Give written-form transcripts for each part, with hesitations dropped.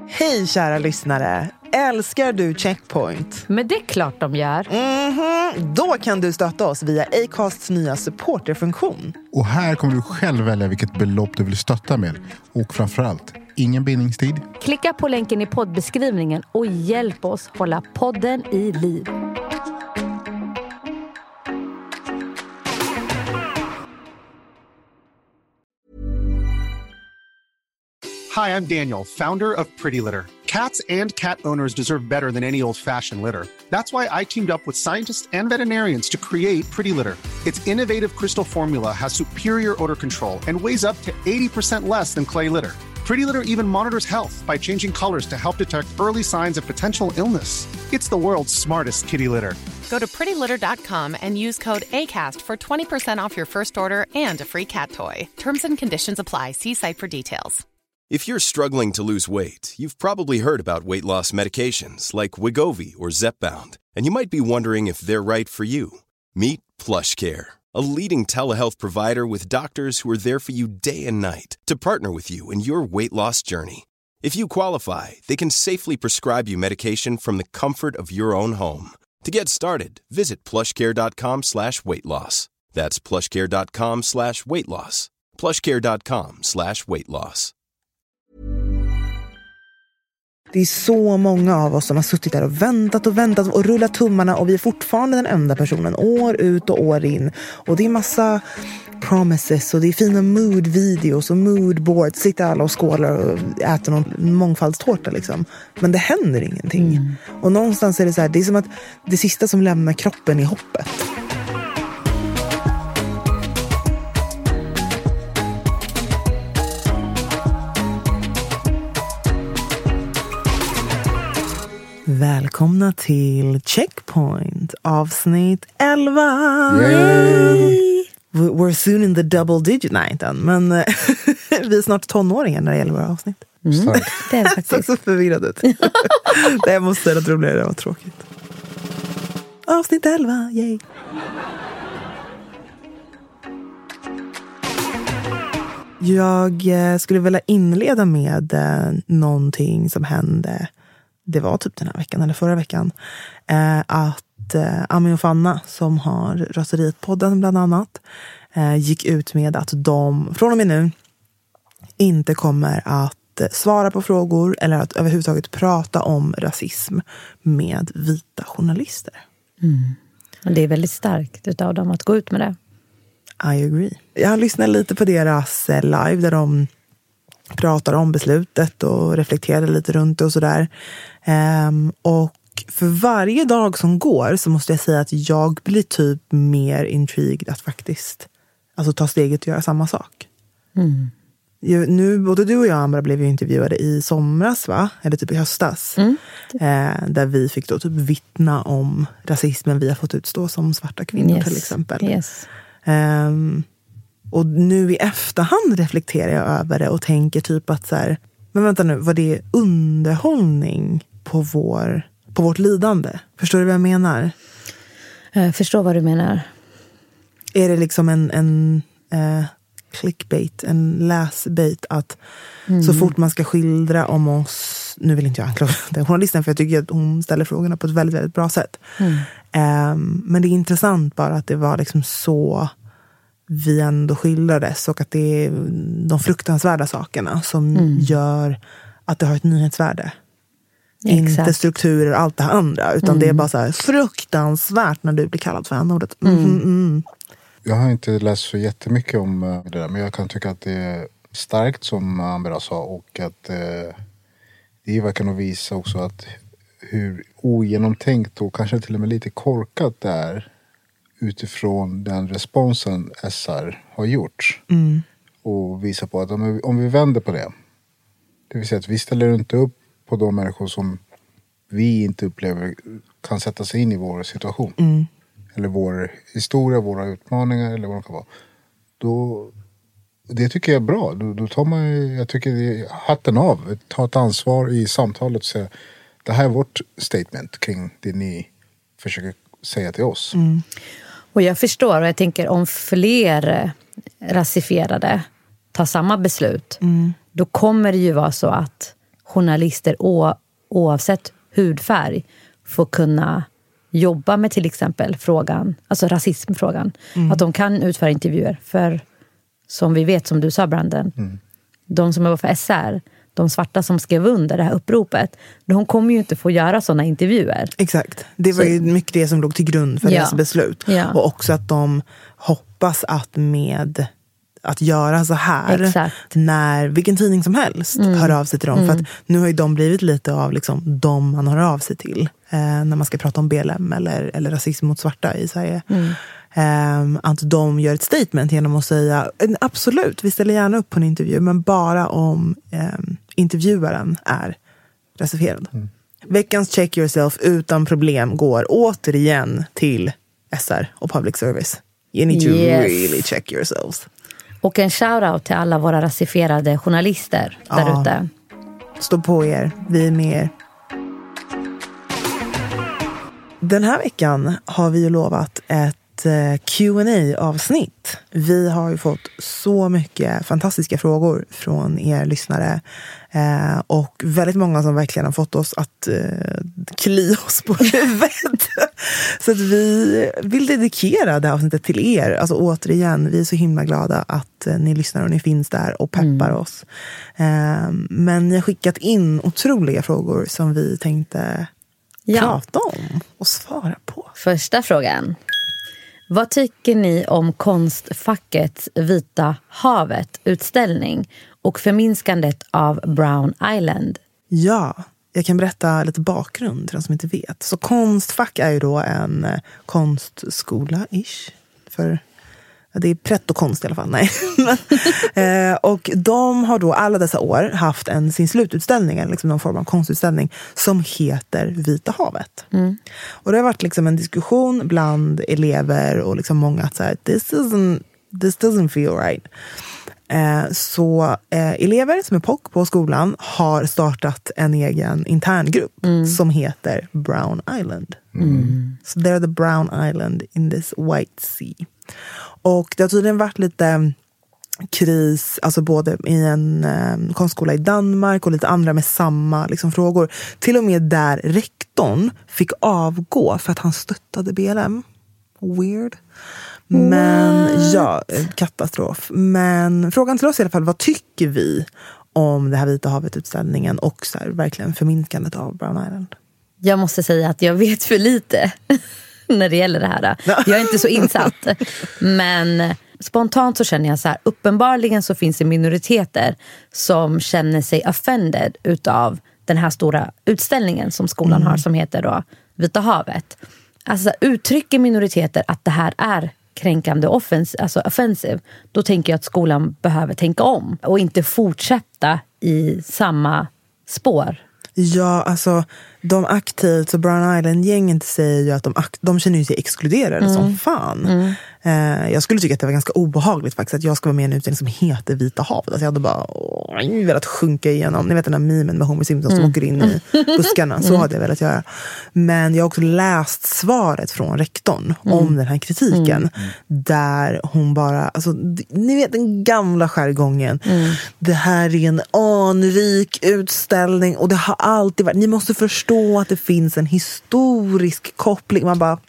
Hej kära lyssnare! Älskar du Checkpoint? Men det är klart de gör. Då kan du stötta oss via Acasts nya supporterfunktion. Och här kommer du själv välja vilket belopp du vill stötta med. Och framförallt, ingen bindningstid. Klicka på länken i poddbeskrivningen och hjälp oss hålla podden i liv. Hi, I'm Daniel, founder of Pretty Litter. Cats and cat owners deserve better than any old-fashioned litter. That's why I teamed up with scientists and veterinarians to create Pretty Litter. Its innovative crystal formula has superior odor control and weighs up to 80% less than clay litter. Pretty Litter even monitors health by changing colors to help detect early signs of potential illness. It's the world's smartest kitty litter. Go to prettylitter.com and use code ACAST for 20% off your first order and a free cat toy. Terms and conditions apply. See site for details. If you're struggling to lose weight, you've probably heard about weight loss medications like Wegovy or Zepbound, and you might be wondering if they're right for you. Meet PlushCare, a leading telehealth provider with doctors who are there for you day and night to partner with you in your weight loss journey. If you qualify, they can safely prescribe you medication from the comfort of your own home. To get started, visit plushcare.com/weightloss. That's plushcare.com/weightloss. plushcare.com/weightloss. Det är så många av oss som har suttit där och väntat och rullat tummarna, och vi är fortfarande den enda personen år ut och år in. Och det är massa promises och det är fina mood-videos och moodboards. Sitter alla och skålar och äter någon mångfaldstårta liksom. Men det händer ingenting. Och någonstans är det så här, det är som att det sista som lämnar kroppen är hoppet. Välkomna till Checkpoint, avsnitt 11. Yay! We're soon in the double digit night, men vi är snart tonåringar när det gäller våra avsnitt. Det är faktiskt så förvirrad ut. Det jag måste säga att roligare, det var tråkigt. Avsnitt 11, yay! Jag skulle vilja inleda med någonting som hände. Det var typ den här veckan eller förra veckan. Att Ami och Fanna, som har Raseriet-podden bland annat, gick ut med att de från och med nu inte kommer att svara på frågor eller att överhuvudtaget prata om rasism med vita journalister. Det är väldigt starkt utav dem att gå ut med det. I agree. Jag lyssnade lite på deras live där de pratar om beslutet och reflekterar lite runt det och sådär. Och för varje dag som går så måste jag säga att jag blir typ mer intrigued att faktiskt ta steget och göra samma sak. Nu, både du och jag, Amra, blev ju intervjuade i somras, va? Eller typ i höstas. Där vi fick då typ vittna om rasismen vi har fått utstå som svarta kvinnor till exempel. Yes. Och nu i efterhand reflekterar jag över det och tänker typ att så här, men vänta nu, var det underhållning på vårt lidande? Förstår du vad jag menar? Jag förstår vad du menar. Är det liksom en clickbait, en läsbait att så fort man ska skildra om oss, nu vill inte jag anklaga den journalisten för jag tycker att hon ställer frågorna på ett väldigt, väldigt bra sätt. Men det är intressant bara att det var liksom så vi ändå skildrades, och att det är de fruktansvärda sakerna som gör att det har ett nyhetsvärde. Exakt. Inte strukturer och allt det andra, utan det är bara så här fruktansvärt när du blir kallad för n-ordet. Jag har inte läst så jättemycket om det där, men jag kan tycka att det är starkt som Amra sa, och att det verkar nog visa också att hur ogenomtänkt och kanske till och med lite korkat det är utifrån den responsen SR har gjort. Och visa på att om vi vänder på det vill säga att vi ställer inte upp på de människor som vi inte upplever kan sätta sig in i vår situation. Eller vår historia, våra utmaningar eller vad det kan vara. Det tycker jag är bra. Då tar man, jag tycker det är hatten av. Ta ett ansvar i samtalet och säga det här är vårt statement kring det ni försöker säga till oss. Och jag förstår, och jag tänker om fler rasifierade tar samma beslut, då kommer det ju vara så att journalister oavsett hudfärg får kunna jobba med till exempel frågan, alltså rasismfrågan. Att de kan utföra intervjuer. För som vi vet, som du sa Brandon, de som var för SR, de svarta som skrev under det här uppropet, de kommer ju inte få göra sådana intervjuer. Exakt. Det var ju mycket det som låg till grund för deras beslut. Ja. Och också att de hoppas att med att göra så här, Exakt. när vilken tidning som helst hör av sig till dem. För att nu har ju de blivit lite av liksom de man hör av sig till när man ska prata om BLM eller rasism mot svarta i Sverige. Att de gör ett statement genom att säga absolut, vi ställer gärna upp på en intervju, men bara om intervjuaren är rasifierad. Veckans check yourself utan problem går återigen till SR och public service. You need to really check yourselves. Och en shoutout till alla våra rasifierade journalister där ute. Stå på er, vi är med er. Den här veckan har vi ju lovat ett Q&A-avsnitt. Vi har ju fått så mycket fantastiska frågor från er lyssnare och väldigt många som verkligen har fått oss att klia oss på huvudet. Så att vi vill dedikera det här avsnittet till er. Alltså återigen, vi är så himla glada att ni lyssnar och ni finns där och peppar oss. Men ni har skickat in otroliga frågor som vi tänkte prata om och svara på. Första frågan. Vad tycker ni om Konstfackets Vita havet-utställning och förminskandet av Brown Island? Ja, jag kan berätta lite bakgrund till de som inte vet. Så Konstfack är ju då en konstskola-ish. För det är prätt och konst i alla fall. Nej. Och de har då alla dessa år haft sin slututställning, eller liksom någon form av konstutställning som heter Vita havet. Och det har varit liksom en diskussion bland elever och liksom många att säga this doesn't feel right. Så elever som är POC på skolan har startat en egen interngrupp som heter Brown Island. So they're the Brown Island in this white sea. Och det har tydligen varit lite kris, alltså både i en konstskola i Danmark och lite andra med samma liksom, frågor. Till och med där rektorn fick avgå för att han stöttade BLM. Weird. Men ja, katastrof. Men frågan till oss i alla fall, vad tycker vi om det här Vita havet-utställningen och så här, verkligen förminskandet av Brown Island? Jag måste säga att jag vet för lite när det gäller det här. Jag är inte så insatt. Men spontant så känner jag så här, uppenbarligen så finns det minoriteter som känner sig offended utav den här stora utställningen som skolan har som heter då Vita havet. Alltså uttrycker minoriteter att det här är kränkande offensive, då tänker jag att skolan behöver tänka om och inte fortsätta i samma spår. Ja, alltså de aktivt, så Brown Island-gängen säger ju att de känner sig exkluderade som fan. Jag skulle tycka att det var ganska obehagligt faktiskt att jag ska vara med i en utställning som heter Vita havet. Alltså jag hade bara velat sjunka igenom. Ni vet den här memen med Homer Simpson som åker in i buskarna. Så hade jag velat göra. Men jag har också läst svaret från rektorn om den här kritiken. Där hon bara, alltså ni vet den gamla jargongen. Det här är en anrik utställning och det har alltid varit, ni måste förstå att det finns en historisk koppling. Man bara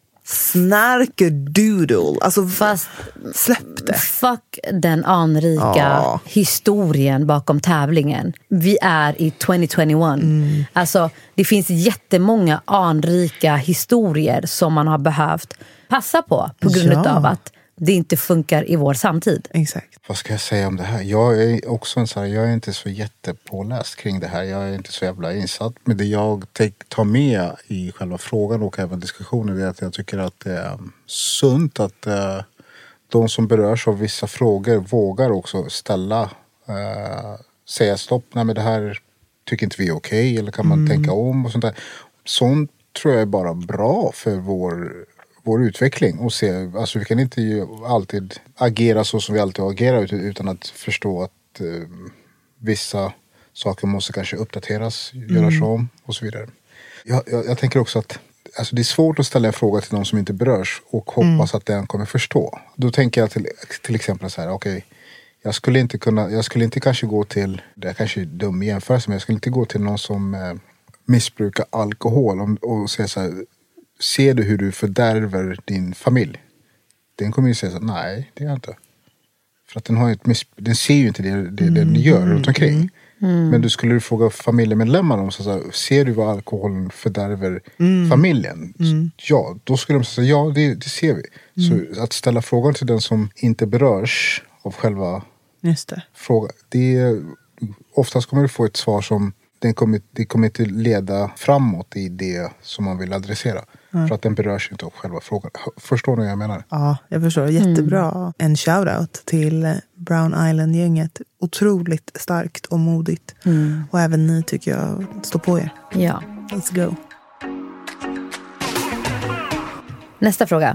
snarkedoodle. Alltså fast släpp det. Fuck den anrika historien bakom tävlingen. Vi är i 2021. Alltså det finns jättemånga anrika historier som man har behövt passa på grund av att det inte funkar i vår samtid. Exakt. Vad ska jag säga om det här? Jag är också jag är inte så jättepåläst kring det här. Jag är inte så jävla insatt. Men det jag tar med i själva frågan och även diskussionen är att jag tycker att det är sunt att de som berörs av vissa frågor vågar också säga stopp. Nej, men det här tycker inte vi är okej. Eller kan man tänka om och sånt där. Sånt tror jag är bara bra för vår utveckling och se, alltså vi kan inte ju alltid agera så som vi alltid agerar utan att förstå att vissa saker måste kanske uppdateras, göras om och så vidare. Jag tänker också att alltså det är svårt att ställa en fråga till någon som inte berörs och hoppas att den kommer förstå. Då tänker jag till exempel så här, okej, Jag skulle inte kanske gå till, det är kanske dum jämförelse, men jag skulle inte gå till någon som missbrukar alkohol och säga så här, ser du hur du fördärver din familj? Den kommer ju säga så här, nej, det gör jag inte. För att den ser ju inte det den gör runt omkring. Men skulle du fråga familjemedlemmar om så här, ser du vad alkoholen fördärver familjen? Ja, då skulle de säga, ja, det ser vi. Så att ställa frågan till den som inte berörs av själva frågan, oftast kommer du få ett svar som det kommer inte leda framåt i det som man vill adressera. För att den berörs inte av själva frågan. Förstår ni vad jag menar? Ja, jag förstår. Jättebra. En shoutout till Brown Island-gänget. Otroligt starkt och modigt. Och även ni tycker jag, stå på er. Ja. Let's go. Nästa fråga.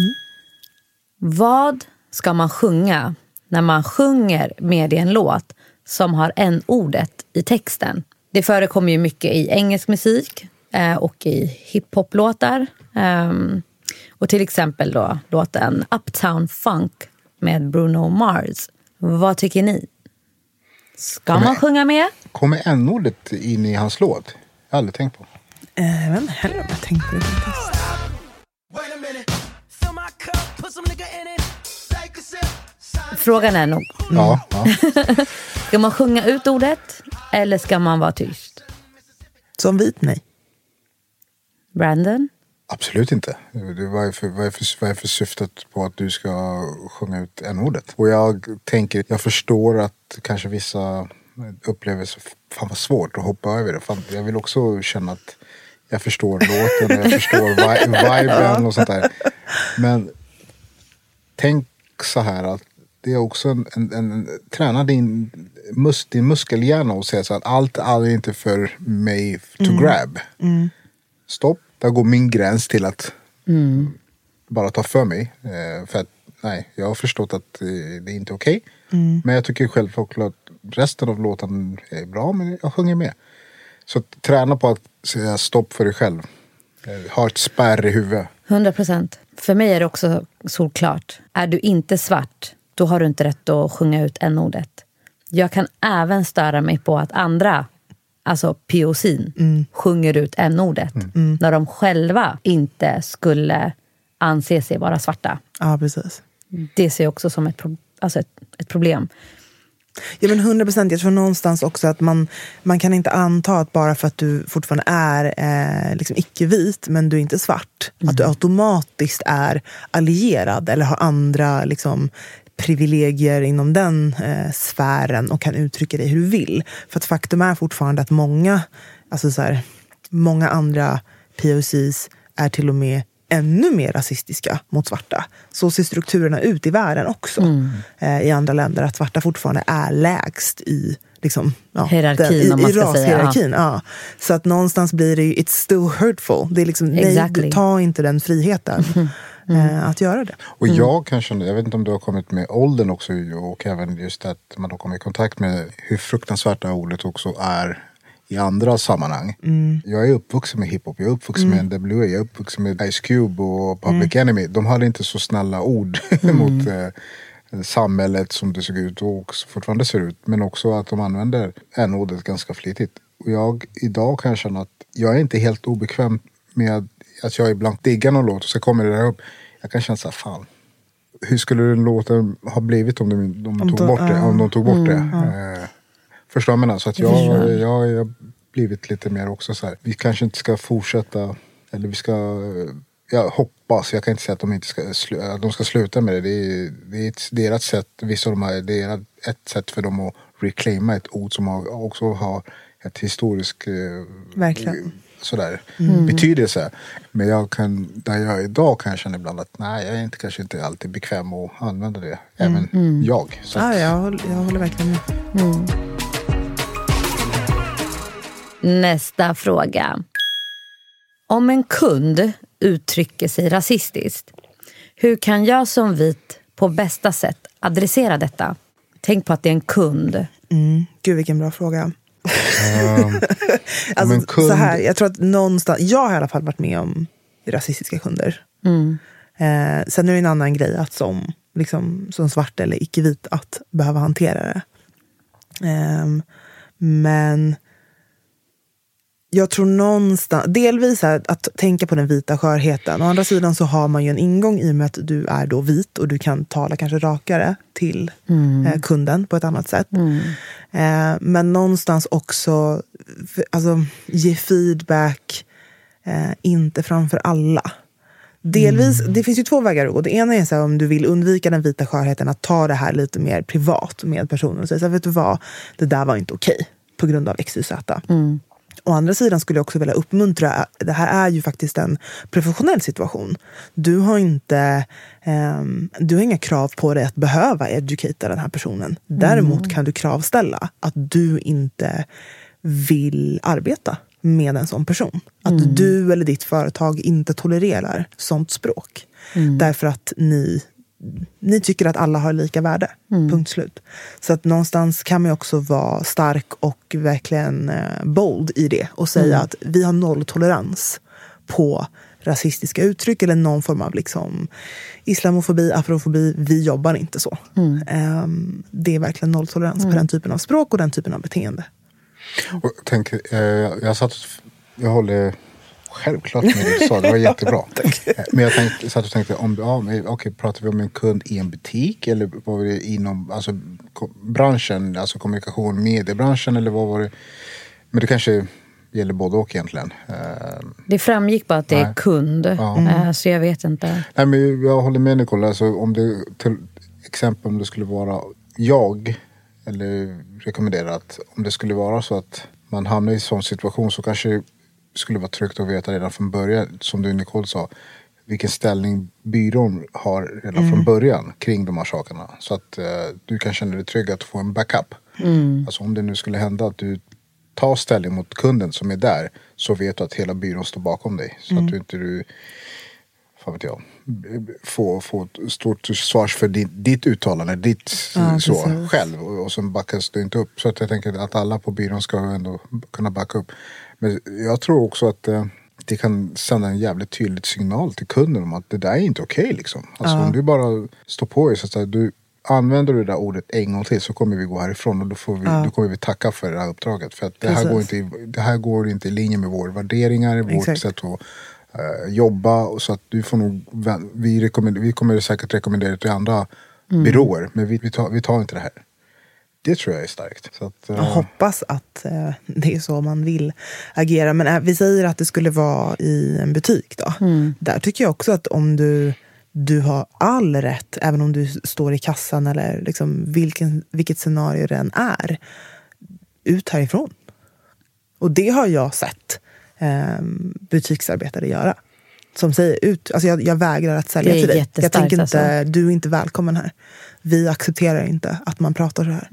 Vad ska man sjunga när man sjunger med i en låt som har n-ordet i texten? Det förekommer ju mycket i engelsk musik och i hiphop-låtar. Och till exempel då låten Uptown Funk med Bruno Mars. Vad tycker ni? Ska man sjunga med? Kommer n-ordet in i hans låt? Jag har aldrig tänkt på. Jag vet inte heller om jag tänkt på det. Frågan är nog, Ja. ska man sjunga ut ordet eller ska man vara tyst? Som vit, nej. Brandon? Absolut inte. Vad är för syftet på att du ska sjunga ut n-ordet? Och jag förstår att kanske vissa upplever så fan vad svårt att hoppa över det. Fan, jag vill också känna att jag förstår låten och jag förstår viben och sånt där. Men tänk så här att det är också träna din muskelhjärna och säga så att allt är inte för mig to grab. Stopp, där går min gräns till att bara ta för mig. För att nej, jag har förstått att det är inte okej. Men jag tycker självklart att resten av låten är bra, men jag sjunger med. Så träna på att säga stopp för dig själv. Ha ett spärr i huvudet. 100%. För mig är det också solklart. Är du inte svart, då har du inte rätt att sjunga ut n-ordet. Jag kan även störa mig på att andra, alltså POC:n, sjunger ut n-ordet. När de själva inte skulle anse sig vara svarta. Ja, precis. Det ser jag också som ett problem. Ja, men 100%. Jag tror någonstans också att man kan inte anta att bara för att du fortfarande är liksom icke-vit men du är inte svart, att du automatiskt är allierad eller har andra liksom privilegier inom den sfären och kan uttrycka dig hur du vill. För att faktum är fortfarande att många andra POCs är till och med ännu mer rasistiska mot svarta. Så ser strukturerna ut i världen också. I andra länder, att svarta fortfarande är lägst i liksom, hierarkin, i rashierarkin. Ja. Så att någonstans blir det ju, it's still hurtful. Det är liksom, nej, du tar inte den friheten att göra det. Och jag vet inte om du har kommit med åldern också, och även just att man har kommit i kontakt med hur fruktansvärt ordet också är i andra sammanhang. Jag är uppvuxen med hiphop, jag är uppvuxen med NWA, jag är uppvuxen med Ice Cube och Public Enemy. De hade inte så snälla ord mot samhället som det såg ut och fortfarande ser ut. Men också att de använder n-ordet ganska flitigt. Och idag kan jag känna att jag är inte helt obekväm med att jag ibland diggar någon låt och så kommer det där upp. Jag kan känna så här, fan, hur skulle den låten ha blivit om de tog bort det? Förstår man alltså att jag har blivit lite mer också så här. Vi kanske inte ska fortsätta, eller vi ska, jag hoppas, jag kan inte säga att de ska sluta med det. Det är ett deras sätt, vissa av de det är ett sätt för dem att reclaima ett ord som också har ett historiskt sådär betydelse. Men där jag är idag kan jag känna ibland att nej, jag är kanske inte alltid bekväm att använda det. Även jag. Så jag håller verkligen med. Nästa fråga. Om en kund uttrycker sig rasistiskt, hur kan jag som vit på bästa sätt adressera detta? Tänk på att det är en kund. Gud, vilken bra fråga. Så här, jag tror att någonstans, jag har i alla fall varit med om rasistiska kunder. Sen är det en annan grej att som liksom, som svart eller icke-vit att behöva hantera det. Men jag tror någonstans, delvis att tänka på den vita skörheten. Å andra sidan så har man ju en ingång i och med att du är då vit och du kan tala kanske rakare till kunden på ett annat sätt. Men någonstans också alltså, ge feedback, inte framför alla. Delvis, det finns ju 2 vägar att gå. Det ena är så här, om du vill undvika den vita skörheten, att ta det här lite mer privat med personen och säga så här, vet du vad, det där var inte okej på grund av XYZ. Å andra sidan skulle jag också vilja uppmuntra, det här är ju faktiskt en professionell situation. Du har inga krav på dig att behöva educata den här personen. Däremot kan du kravställa att du inte vill arbeta med en sån person. Att du eller ditt företag inte tolererar sånt språk. Därför att ni tycker att alla har lika värde. Punkt slut. Så att någonstans kan man ju också vara stark och verkligen bold i det. Och säga att vi har nolltolerans på rasistiska uttryck eller någon form av liksom islamofobi, afrofobi. Vi jobbar inte så. Det är verkligen nolltolerans på den typen av språk och den typen av beteende. Och tänk, jag håller självklart med det du sa, det var jättebra. Men jag satt och tänkte, pratar vi om en kund i en butik eller var det inom alltså, branschen, alltså kommunikation, mediebranschen eller vad var det? Men det kanske gäller både och egentligen. Det framgick bara att det är kund, så jag vet inte. Nej, men jag håller med Nicole, alltså, om det till exempel om det skulle vara jag eller rekommenderar att om det skulle vara så att man hamnar i en sån situation så kanske skulle vara tryggt att veta redan från början, som du Nicole sa, vilken ställning byrån har redan från början kring de här sakerna. Så att du kan känna dig trygg att få en backup. Alltså om det nu skulle hända att du tar ställning mot kunden som är där, så vet du att hela byrån står bakom dig. Så att du inte få ett stort svars för ditt uttalande, ditt så själv och så backas du inte upp. Så att jag tänker att alla på byrån ska ändå kunna backa upp. Men jag tror också att det kan sända en jävligt tydlig signal till kunden om att det där är inte okej liksom. Alltså om du bara står på dig så att du använder det där ordet en gång till så kommer vi gå härifrån och då kommer vi tacka för det här uppdraget. För att det här går inte i linje med våra värderingar, vårt sätt att jobba, och så att du får nog, vi kommer säkert rekommendera det till andra byråer, men vi tar inte det här. Det tror jag är starkt. Så att, jag hoppas att det är så man vill agera. Men vi säger att det skulle vara i en butik då. Där tycker jag också att om du har all rätt, även om du står i kassan eller liksom vilket scenario det än är, ut härifrån. Och det har jag sett butiksarbetare göra. Som säger ut, alltså jag vägrar att sälja till dig. Jag tänker inte, alltså. Du är inte välkommen här. Vi accepterar inte att man pratar så här.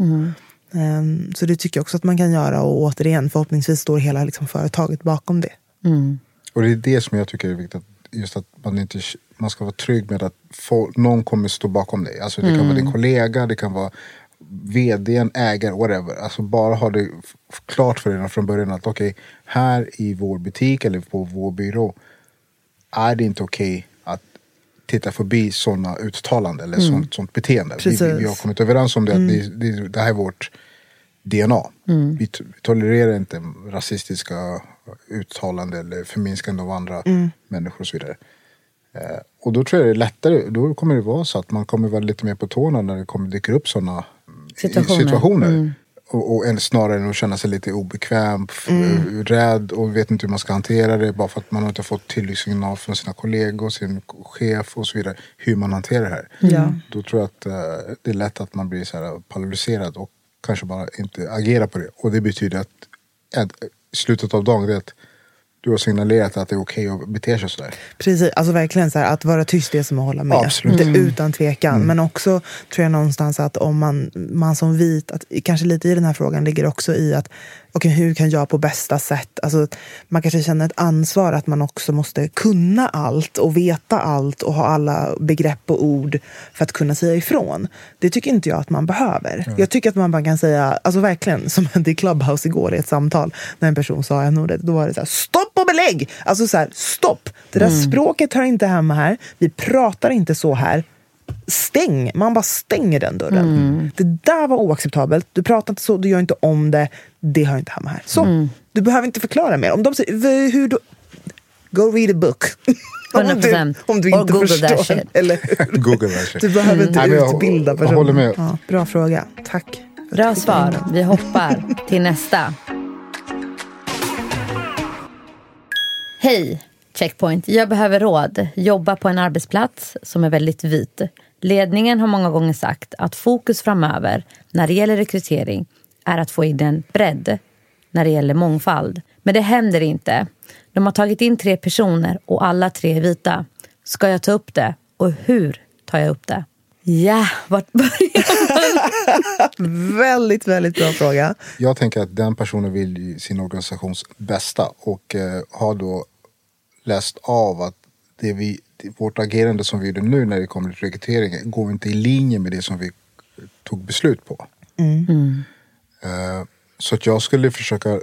Så det tycker jag också att man kan göra, och återigen förhoppningsvis står hela liksom företaget bakom det. Och det är det som jag tycker är viktigt, just att man ska vara trygg med att någon kommer stå bakom dig. Alltså det kan vara din kollega, det kan vara vdn, ägare, whatever. Alltså bara ha det klart för dig från början att okej, här i vår butik eller på vår byrå är det inte okej att titta förbi sådana uttalanden eller sånt beteende. Vi har kommit överens om det, att det här är vårt DNA. Vi tolererar inte rasistiska uttalanden eller förminskande av andra människor och så vidare. Och då tror jag det är lättare, då kommer det vara så att man kommer vara lite mer på tårna när det kommer dyka upp sådana situationer. Och snarare än att känna sig lite obekväm, rädd och vet inte hur man ska hantera det, bara för att man inte fått tydlig signal från sina kollegor, sin chef och så vidare, hur man hanterar det här. Då tror jag att det är lätt att man blir så här paralyserad och kanske bara inte agerar på det. Och det betyder att slutet av dagen är att du har signalerat att det är okej att bete sig sådär. Precis, alltså verkligen så här, att vara tyst är som att hålla med. Absolut. Utan tvekan. Men också tror jag någonstans att om man som vit, att kanske lite i den här frågan ligger också i att okej, hur kan jag på bästa sätt, alltså man kanske känner ett ansvar att man också måste kunna allt och veta allt och ha alla begrepp och ord för att kunna säga ifrån. Det tycker inte jag att man behöver. Jag tycker att man bara kan säga, alltså verkligen, som i Clubhouse igår i ett samtal när en person sa en-ordet, då var det så här, stopp och belägg! Alltså så här, stopp! Det där språket hör inte hemma här. Vi pratar inte så här. Man bara stänger den dörren. Det där var oacceptabelt. Du pratar inte så, du gör inte om det. Det har inte hemma här. Så, du behöver inte förklara mer. Om de säger, hur då? Go read a book. 100%. Om du inte Google förstår. that shit. Google that shit. Du behöver inte utbilda personen. Jag håller med. Ja, bra fråga. Tack. Bra svar. Vi hoppar till nästa. Hej, Checkpoint. Jag behöver råd. Jobba på en arbetsplats som är väldigt vit. Ledningen har många gånger sagt att fokus framöver när det gäller rekrytering är att få in en bredd när det gäller mångfald. Men det händer inte. De har tagit in 3 personer och alla 3 är vita. Ska jag ta upp det? Och hur tar jag upp det? Ja, vart börjar man? Väldigt, väldigt bra fråga. Jag tänker att den personen vill sin organisations bästa och har då läst av att vårt agerande som vi gjorde nu när det kommer till rekrytering går inte i linje med det som vi tog beslut på. Så att jag skulle försöka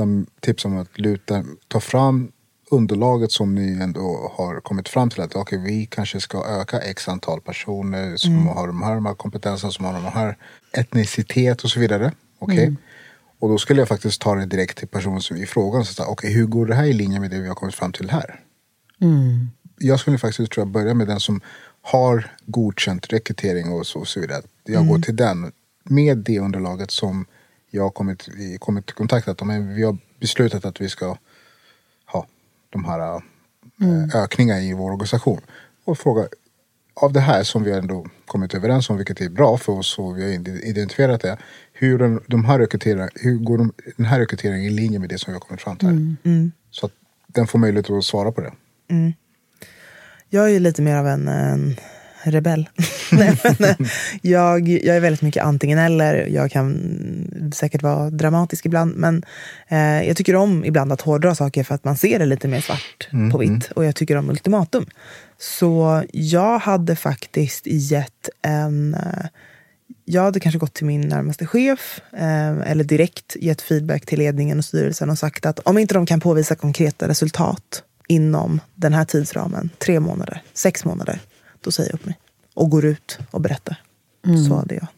ta fram underlaget som ni ändå har kommit fram till att vi kanske ska öka x antal personer som har de här kompetenserna, som har de här etnicitet och så vidare. Och då skulle jag faktiskt ta det direkt till personen som i frågan och säga, hur går det här i linje med det vi har kommit fram till här? Jag skulle faktiskt börja med den som har godkänt rekrytering och så vidare. Jag går till den med det underlaget som jag har kommit i kontakt med. Vi har beslutat att vi ska ha de här ökningar i vår organisation. Och fråga, av det här som vi ändå kommit överens om, vilket är bra för oss och vi har identifierat det, hur går den här rekryteringen i linje med det som vi har kommit fram till här? Så att den får möjlighet att svara på det. Jag är ju lite mer av en rebell. Jag är väldigt mycket antingen eller. Jag kan säkert vara dramatisk ibland, men jag tycker om ibland att hårdra saker för att man ser det lite mer svart på vitt. Och jag tycker om ultimatum. Så jag hade faktiskt jag hade kanske gått till min närmaste chef eller direkt gett feedback till ledningen och styrelsen och sagt att om inte de kan påvisa konkreta resultat inom den här tidsramen, 3 månader, 6 månader, då säger jag upp mig och går ut och berättar. Så hade jag.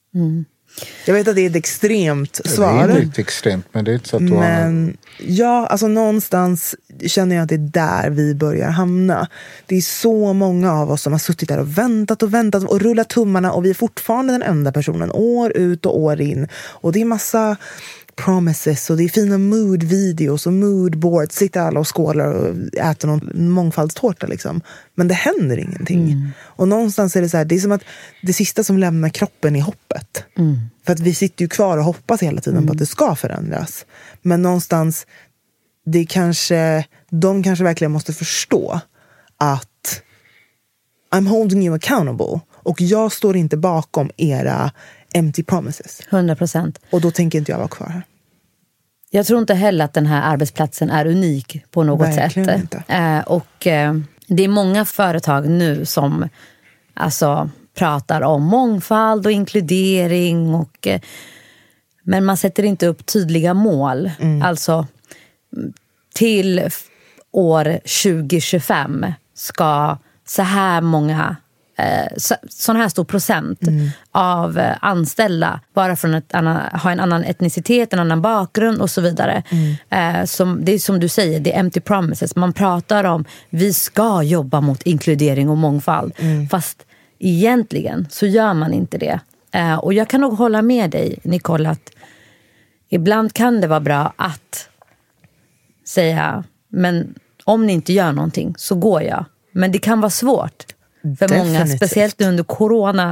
Jag vet att det är ett extremt svar. Det är inte extremt, men det är inte så att ja, alltså någonstans känner jag att det är där vi börjar hamna. Det är så många av oss som har suttit där och väntat och rullat tummarna, och vi är fortfarande den enda personen år ut och år in. Och det är massa promises och det är fina mood-videos och moodboards. Sitter alla och skålar och äter någon mångfaldstårta liksom. Men det händer ingenting. Och någonstans är det så här, det är som att det sista som lämnar kroppen är hoppet. För att vi sitter ju kvar och hoppas hela tiden på att det ska förändras. Men någonstans de kanske verkligen måste förstå att I'm holding you accountable. Och jag står inte bakom era empty promises. 100%. Och då tänker inte jag vara kvar här. Jag tror inte heller att den här arbetsplatsen är unik på något verkligen sätt. Inte. Och det är många företag nu som pratar om mångfald och inkludering. Men man sätter inte upp tydliga mål. Alltså till år 2025 ska så här många sån här stor procent av anställda bara från ha en annan etnicitet, en annan bakgrund och så vidare. Det är som du säger, det är empty promises. Man pratar om vi ska jobba mot inkludering och mångfald. Fast egentligen så gör man inte det. Och jag kan nog hålla med dig, Nicole, att ibland kan det vara bra att säga, men om ni inte gör någonting så går jag. Men det kan vara svårt för många, speciellt under corona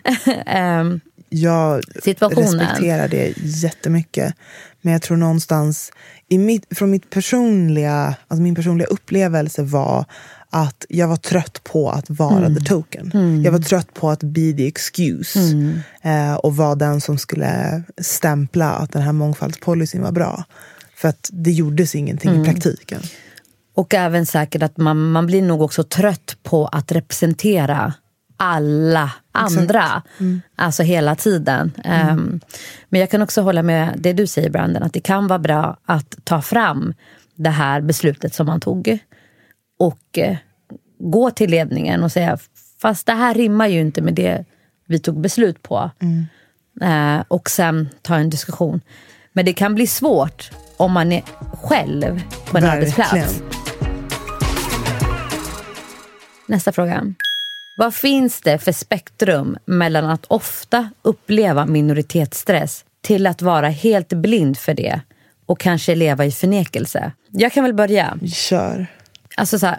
situationen. Jag respekterar det jättemycket. Men jag tror någonstans min personliga upplevelse var att jag var trött på att vara the token. Jag var trött på att be the excuse. Och vara den som skulle stämpla att den här mångfaldspolicyn var bra. För att det gjordes ingenting i praktiken. Och även säkert att man blir nog också trött på att representera alla andra. Alltså hela tiden. Men jag kan också hålla med det du säger, Brandon, att det kan vara bra att ta fram det här beslutet som man tog och gå till ledningen och säga, Fast det här rimmar ju inte med det vi tog beslut på. Och sen ta en diskussion. Men det kan bli svårt om man är själv på en arbetsplats. Nästa fråga. Vad finns det för spektrum mellan att ofta uppleva minoritetsstress till att vara helt blind för det och kanske leva i förnekelse? Jag kan väl börja. Kör. Alltså så här,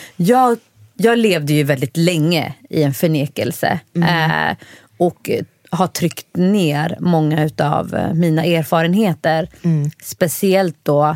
jag levde ju väldigt länge i en förnekelse. Och har tryckt ner många utav mina erfarenheter. Speciellt då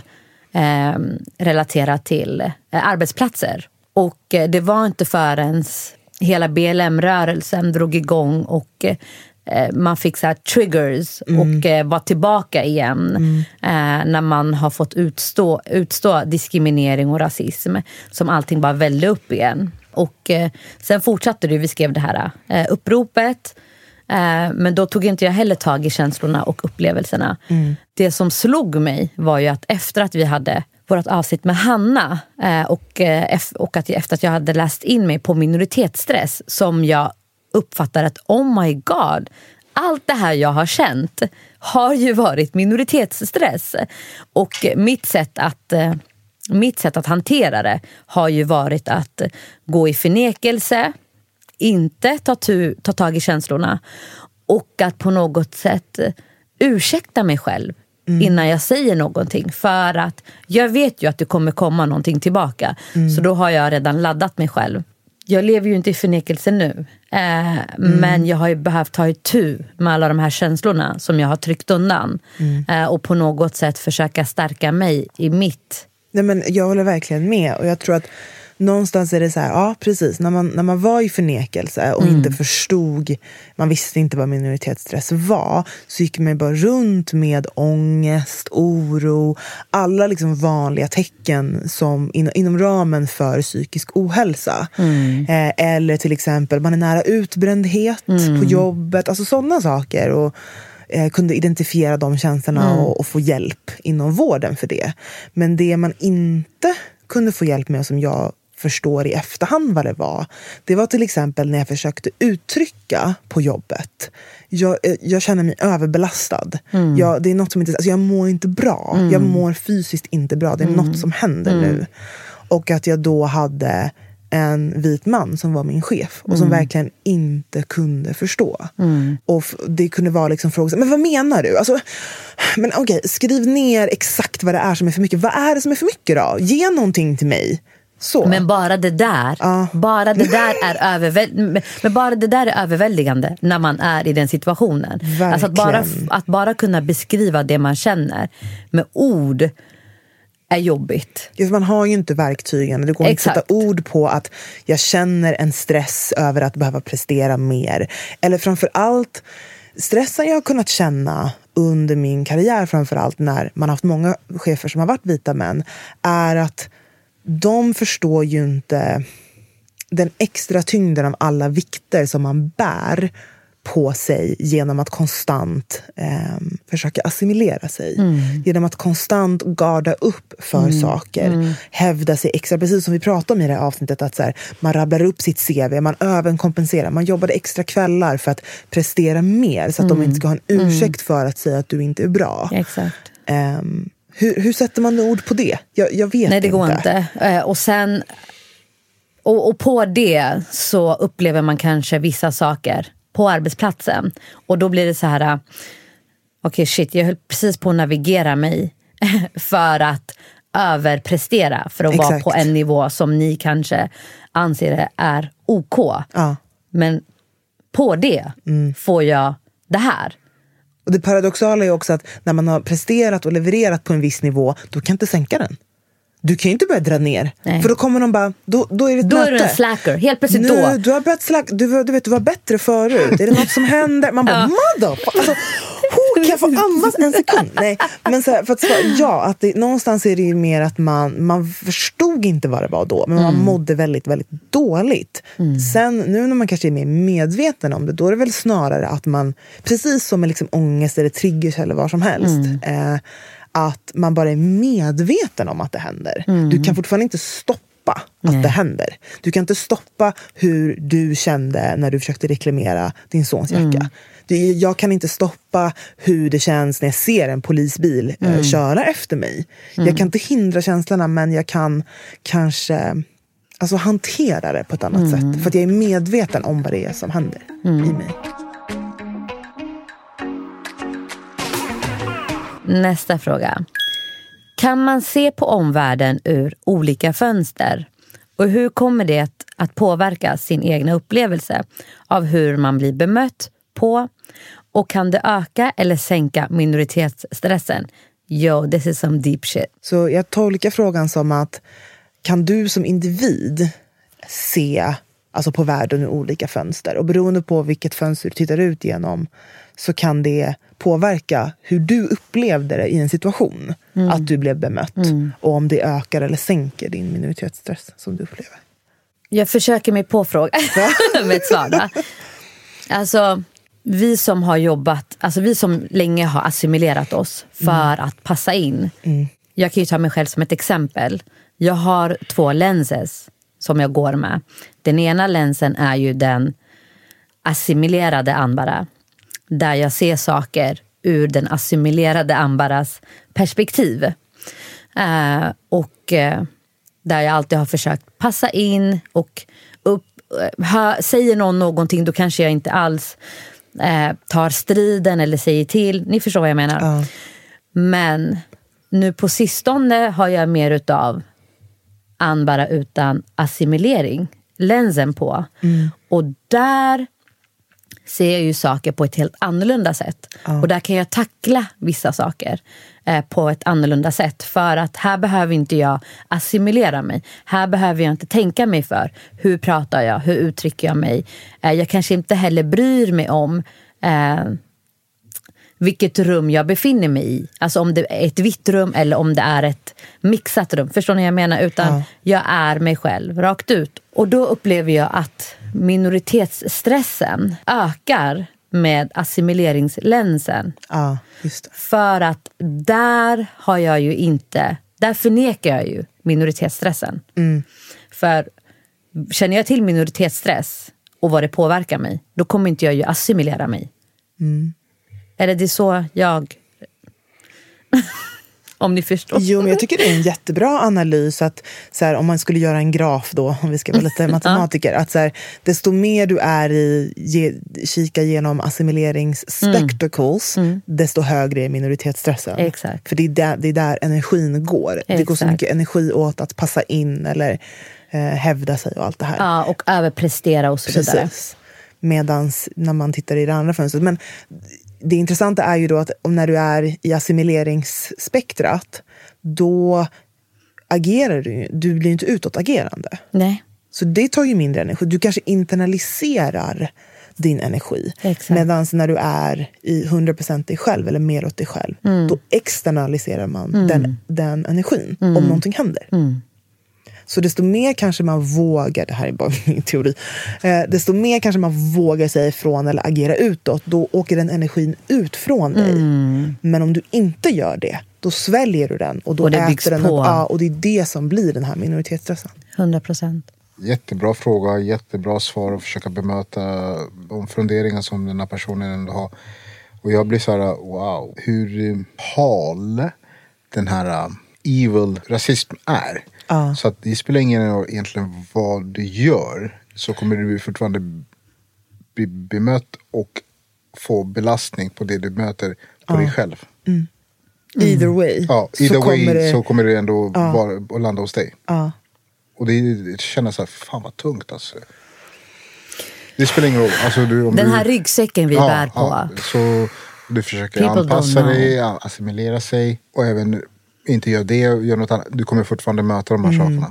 relaterat till arbetsplatser. Och det var inte förrän hela BLM-rörelsen drog igång och man fick så här triggers och var tillbaka igen när man har fått utstå diskriminering och rasism, som allting bara vällde upp igen. Och sen fortsatte det, vi skrev det här uppropet, men då tog inte jag heller tag i känslorna och upplevelserna. Det som slog mig var ju att efter att vi hade vårt avsnitt med Hanna och att efter att jag hade läst in mig på minoritetsstress, som jag uppfattar att oh my god, allt det här jag har känt har ju varit minoritetsstress. Och mitt sätt att hantera det har ju varit att gå i förnekelse, inte ta tag i känslorna, och att på något sätt ursäkta mig själv innan jag säger någonting, för att jag vet ju att det kommer komma någonting tillbaka. Så då har jag redan laddat mig själv. Jag lever ju inte i förnekelse nu, men jag har ju behövt ta itu med alla de här känslorna som jag har tryckt undan, och på något sätt försöka stärka mig i mitt. Nej, men jag håller verkligen med, och jag tror att någonstans är det så här, ja precis, när man var i förnekelse och inte förstod, man visste inte vad minoritetsstress var, så gick man bara runt med ångest, oro, alla liksom vanliga tecken som inom ramen för psykisk ohälsa. Eller till exempel, man är nära utbrändhet på jobbet, alltså sådana saker, och kunde identifiera de känslorna och få hjälp inom vården för det. Men det man inte kunde få hjälp med, som jag förstår i efterhand vad det var till exempel när jag försökte uttrycka på jobbet. Jag känner mig överbelastad. Det är något som inte, alltså jag mår inte bra. Jag mår fysiskt inte bra. Det är något som händer nu. Och att jag då hade en vit man som var min chef och som verkligen inte kunde förstå. Och det kunde vara liksom frågor, men vad menar du? Alltså, men okej, skriv ner exakt vad det är som är för mycket. Vad är det som är för mycket då? Ge någonting till mig. Så. Men bara det där är överväldigande när man är i den situationen. Alltså att bara kunna beskriva det man känner med ord är jobbigt. Man har ju inte verktygen. Det går inte att sätta ord på att jag känner en stress över att behöva prestera mer. Eller framförallt stressen jag har kunnat känna under min karriär, framförallt när man har haft många chefer som har varit vita män, är att de förstår ju inte den extra tyngden av alla vikter som man bär på sig genom att konstant försöka assimilera sig. Genom att konstant garda upp för saker. Hävda sig extra, precis som vi pratade om i det här avsnittet, att så här, man rabblar upp sitt CV, man överkompenserar, man jobbade extra kvällar för att prestera mer, så att de inte ska ha en ursäkt för att säga att du inte är bra. Exakt. Hur sätter man ord på det? Jag vet inte. Nej, det går inte. Och sen och på det så upplever man kanske vissa saker på arbetsplatsen. Och då blir det så här, okej, shit, jag höll precis på att navigera mig för att överprestera, för att vara på en nivå som ni kanske anser är OK. Ja. Men på det får jag det här. Och det paradoxala är också att när man har presterat och levererat på en viss nivå, då kan inte sänka den. Du kan ju inte börja dra ner. Nej. För då kommer de bara, då är det ett då möte. Är du en slacker, helt plötsligt nu, då. Du har börjat slacka, du vet, du var bättre förut. Är det något som händer? Man bara, alltså, kan jag få andas en sekund? Nej, men så här, för att svara, att det, någonstans är det ju mer att man förstod inte vad det var då, men man mådde väldigt, väldigt dåligt. Sen, nu när man kanske är mer medveten om det, då är det väl snarare att man, precis som med liksom ångest eller triggers eller vad som helst, att man bara är medveten om att det händer. Du kan fortfarande inte stoppa att det händer. Du kan inte stoppa hur du kände när du försökte reklamera din sons jacka. Jag kan inte stoppa hur det känns när jag ser en polisbil köra efter mig. Jag kan inte hindra känslorna, men jag kan kanske hantera det på ett annat sätt. För att jag är medveten om vad det är som händer i mig. Nästa fråga. Kan man se på omvärlden ur olika fönster? Och hur kommer det att påverka sin egna upplevelse av hur man blir bemött på? Och kan det öka eller sänka minoritetsstressen? Yo, this is some deep shit. Så jag tolkar frågan som att kan du som individ se på världen ur olika fönster? Och beroende på vilket fönster du tittar ut genom så kan det påverka hur du upplevde det i en situation. Att du blev bemött. Och om det ökar eller sänker din minoritetsstress som du upplever. Jag försöker mig på frågan med ett svar då. Alltså, vi som har jobbat, vi som länge har assimilerat oss för att passa in. Jag kan ju ta mig själv som ett exempel. Jag har 2 lenses som jag går med. Den ena lensen är ju den assimilerade Anbara. Där jag ser saker ur den assimilerade Anbaras perspektiv. Där jag alltid har försökt passa in och säger någon någonting, då kanske jag inte alls tar striden eller säger till. Ni förstår vad jag menar. Men nu på sistone har jag mer utav Anbara utan assimilering lensen på. Och där ser jag ju saker på ett helt annorlunda sätt. Och där kan jag tackla vissa saker på ett annorlunda sätt. För att här behöver inte jag assimilera mig. Här behöver jag inte tänka mig för. Hur pratar jag? Hur uttrycker jag mig? Jag kanske inte heller bryr mig om vilket rum jag befinner mig i. Alltså om det är ett vitt rum eller om det är ett mixat rum. Förstår ni vad jag menar? Utan jag är mig själv rakt ut. Och då upplever jag att minoritetsstressen ökar med assimileringslensen. Ja, just det. För att där förnekar jag ju minoritetsstressen. För känner jag till minoritetsstress och vad det påverkar mig, då kommer inte jag ju assimilera mig. Eller det är så jag... Om ni förstår. Jo, men jag tycker det är en jättebra analys att om man skulle göra en graf då, om vi ska vara lite matematiker, att desto mer du är kika genom assimileringsspectacles, desto högre är minoritetsstressen. Exakt. För det är där energin går. Exakt. Det går så mycket energi åt att passa in eller hävda sig och allt det här. Ja, och överprestera och så vidare. Medans när man tittar i det andra fönstret. Men det intressanta är ju då att när du är i assimileringsspektrat, då agerar du blir inte utåtagerande. Nej. Så det tar ju mindre energi. Du kanske internaliserar din energi. Exakt. Medan när du är i 100% dig själv eller mer åt dig själv, då externaliserar man den energin om någonting händer. Så desto mer kanske man vågar, det här är bara min teori, desto mer kanske man vågar sig ifrån eller agera utåt, då åker den energin ut från dig. Men om du inte gör det, då sväljer du den och då äter den upp. Ja, och det är det som blir den här minoritetsstressen. 100%. Jättebra fråga, jättebra svar och försöka bemöta de funderingar som den här personen ändå har. Och jag blir så här, wow, hur hal den här evil rasism är. Så att det spelar ingen roll egentligen vad du gör, så kommer du fortfarande bli bemött och få belastning på det du möter på dig själv. Either way. Ja, så kommer det ändå vara och landa hos dig. Och det känns så här, fan vad tungt alltså. Det spelar ingen roll. Alltså, den här ryggsäcken vi bär på. Så du försöker anpassa dig, assimilera sig och även inte gör det, gör något annat. Du kommer fortfarande möta de här sakerna.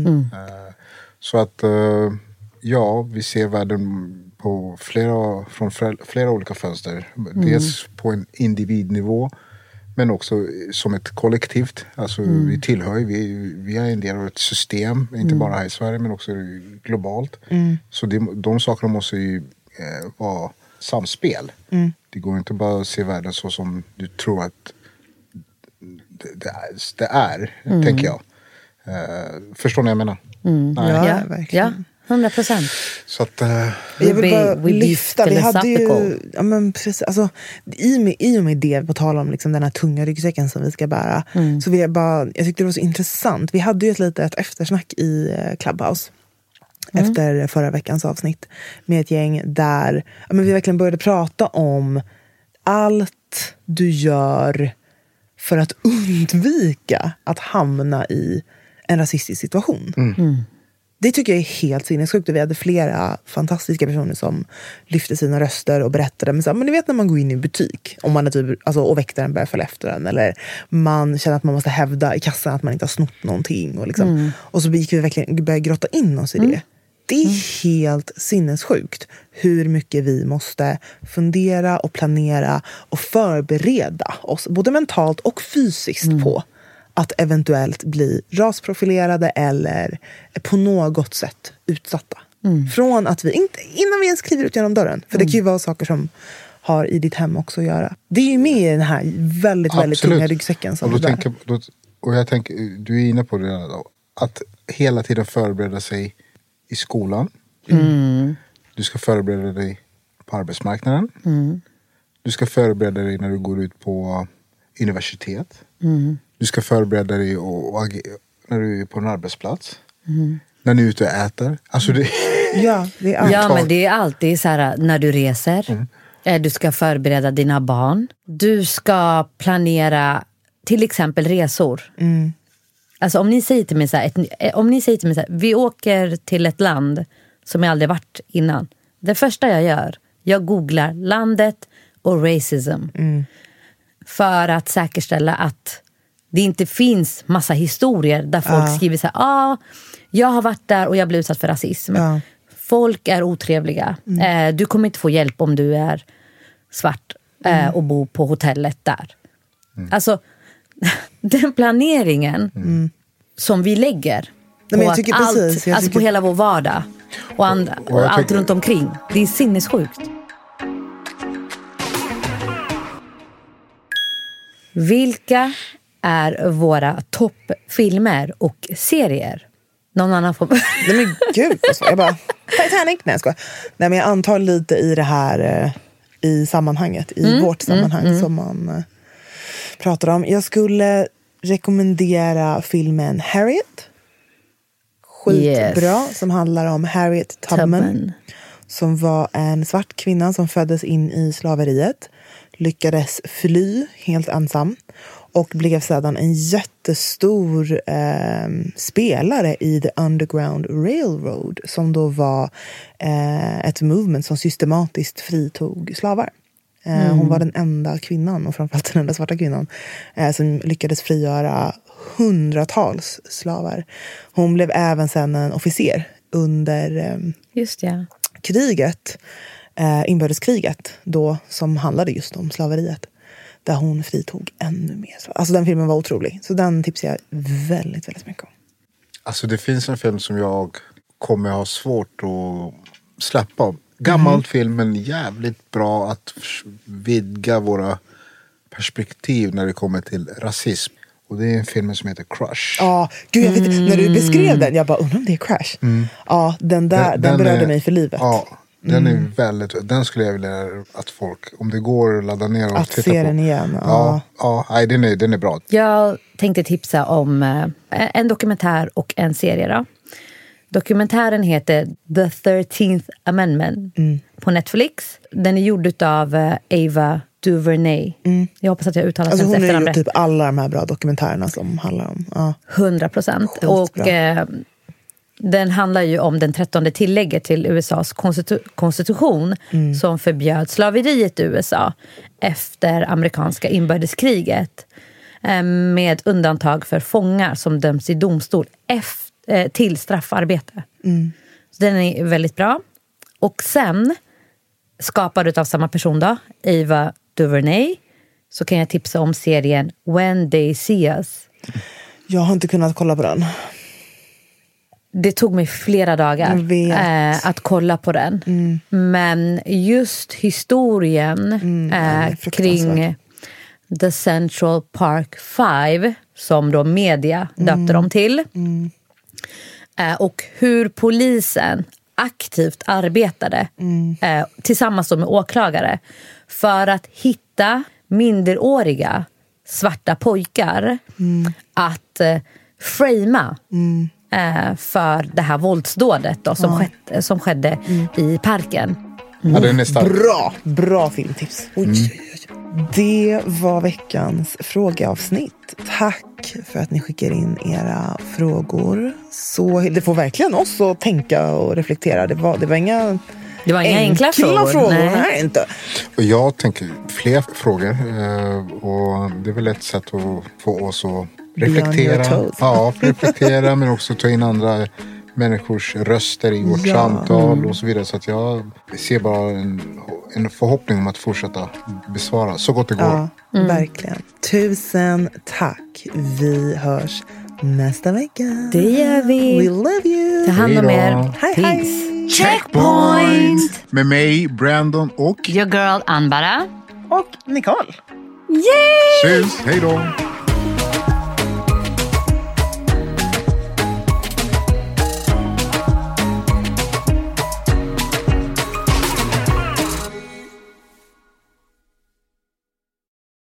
Så att vi ser världen på från flera olika fönster. Dels på en individnivå, men också som ett kollektivt. Alltså vi tillhör, vi är en del av ett system, inte bara här i Sverige men också globalt. Så de sakerna måste ju vara samspel. Det går inte bara att se världen så som du tror att det är, tänker jag. Förstår ni vad jag menar? Ja, verkligen. Ja, 100%. Så att... Jag vill bara we be lyfta, vi hade ju, philosophical. ja men precis, alltså, i och med det, på tal om liksom den här tunga ryggsäcken som vi ska bära, så vill jag tyckte det var så intressant. Vi hade ju ett litet eftersnack i Clubhouse efter förra veckans avsnitt med ett gäng där men vi verkligen började prata om allt du gör för att undvika att hamna i en rasistisk situation. Det tycker jag är helt sinnessjukt. Vi hade flera fantastiska personer som lyfte sina röster och berättade. Men ni vet när man går in i en butik om man är typ, och väktaren börjar följa efter en. Eller man känner att man måste hävda i kassan att man inte har snott någonting. Och, och så gick vi verkligen började grotta in oss i det. Det är helt sinnessjukt hur mycket vi måste fundera och planera och förbereda oss. Både mentalt och fysiskt på att eventuellt bli rasprofilerade eller på något sätt utsatta. Från att vi inte, innan vi ens kliver ut genom dörren. För det kan ju vara saker som har i ditt hem också att göra. Det är ju med i den här väldigt tunga ryggsäcken som och jag tänker, du är inne på det då, att hela tiden förbereda sig i skolan. Du ska förbereda dig på arbetsmarknaden. Du ska förbereda dig när du går ut på universitet. Du ska förbereda dig när du är på en arbetsplats. När du är ute och äter. Alltså det... det är allt. Ja, men det är alltid så här när du reser. Du ska förbereda dina barn. Du ska planera till exempel resor. Alltså om ni säger till mig så här, vi åker till ett land som jag aldrig varit innan. Det första jag gör, jag googlar landet och racism. För att säkerställa att det inte finns massa historier där folk skriver så här, jag har varit där och jag blev utsatt för rasism. Folk är otrevliga. Du kommer inte få hjälp om du är svart och bor på hotellet där. Alltså den planeringen som vi lägger på allt, på hela vår vardag och allt runt omkring, det är sinnessjukt. Vilka är våra toppfilmer och serier? Någon annan får... Nej men gud, jag bara... Titanic, nej jag skojar. Nej men jag antar lite i det här i sammanhanget, i vårt sammanhang som man pratar om. Jag rekommendera filmen Harriet. Skitbra, som handlar om Harriet Tubman. Som var en svart kvinna som föddes in i slaveriet. Lyckades fly helt ensam. Och blev sedan en jättestor spelare i The Underground Railroad. Som då var ett movement som systematiskt fritog slavar. Hon var den enda kvinnan, och framförallt den enda svarta kvinnan, som lyckades frigöra hundratals slavar. Hon blev även sen en officer under kriget, inbördeskriget då, som handlade just om slaveriet. Där hon fritog ännu mer. Alltså den filmen var otrolig. Så den tipsar jag väldigt, väldigt mycket om. Alltså det finns en film som jag kommer ha svårt att släppa. Gammalt film, men jävligt bra att vidga våra perspektiv när det kommer till rasism. Och det är en film som heter Crush. Ja, gud jag vet, när du beskrev den, jag bara undrar om det är Crush. Ja, den berörde mig för livet. Ja, den är väldigt, den skulle jag vilja att folk, om det går, ladda ner och att titta se på. Den igen. Nej, den är bra. Jag tänkte tipsa om en dokumentär och en serie då. Dokumentären heter The 13th Amendment på Netflix. Den är gjord av Ava DuVernay. Jag hoppas att jag uttalar alltså hennes efternamn rätt. Hon är ju typ alla de här bra dokumentärerna som handlar om. 100%. Och den handlar ju om den 13:e tillägget till USAs konstitution som förbjöd slaveriet i USA efter amerikanska inbördeskriget. Med undantag för fångar som döms i domstol till straffarbete. Så den är väldigt bra. Och sen, skapad av samma person då, Ava DuVernay, så kan jag tipsa om serien When They See Us. Jag har inte kunnat kolla på den. Det tog mig flera dagar att kolla på den. Men just historien kring The Central Park 5 som då media döpte dem till. Och hur polisen aktivt arbetade tillsammans med åklagare för att hitta minderåriga svarta pojkar att framea för det här våldsdådet då, som skedde i parken. Ja, den är stark. Bra filmtips. Det var veckans frågeavsnitt. Tack för att ni skickar in era frågor. Så det får verkligen oss att tänka och reflektera. Det var inga enkla frågor. Nej, inte. Och jag tänker fler frågor. Och det är väl ett sätt att få oss att reflektera. Ja, reflektera men också ta in andra människors röster i vårt samtal och så vidare. Så att jag ser bara en förhoppning om att fortsätta besvara så gott det går. Ja, verkligen. Tusen tack. Vi hörs nästa vecka. Det gör vi. We love you. Ta hand om er. Hej. Checkpoint! Med mig, Brandon och Your girl Anbara. Och Nicole. Yay! Syns. Hej då.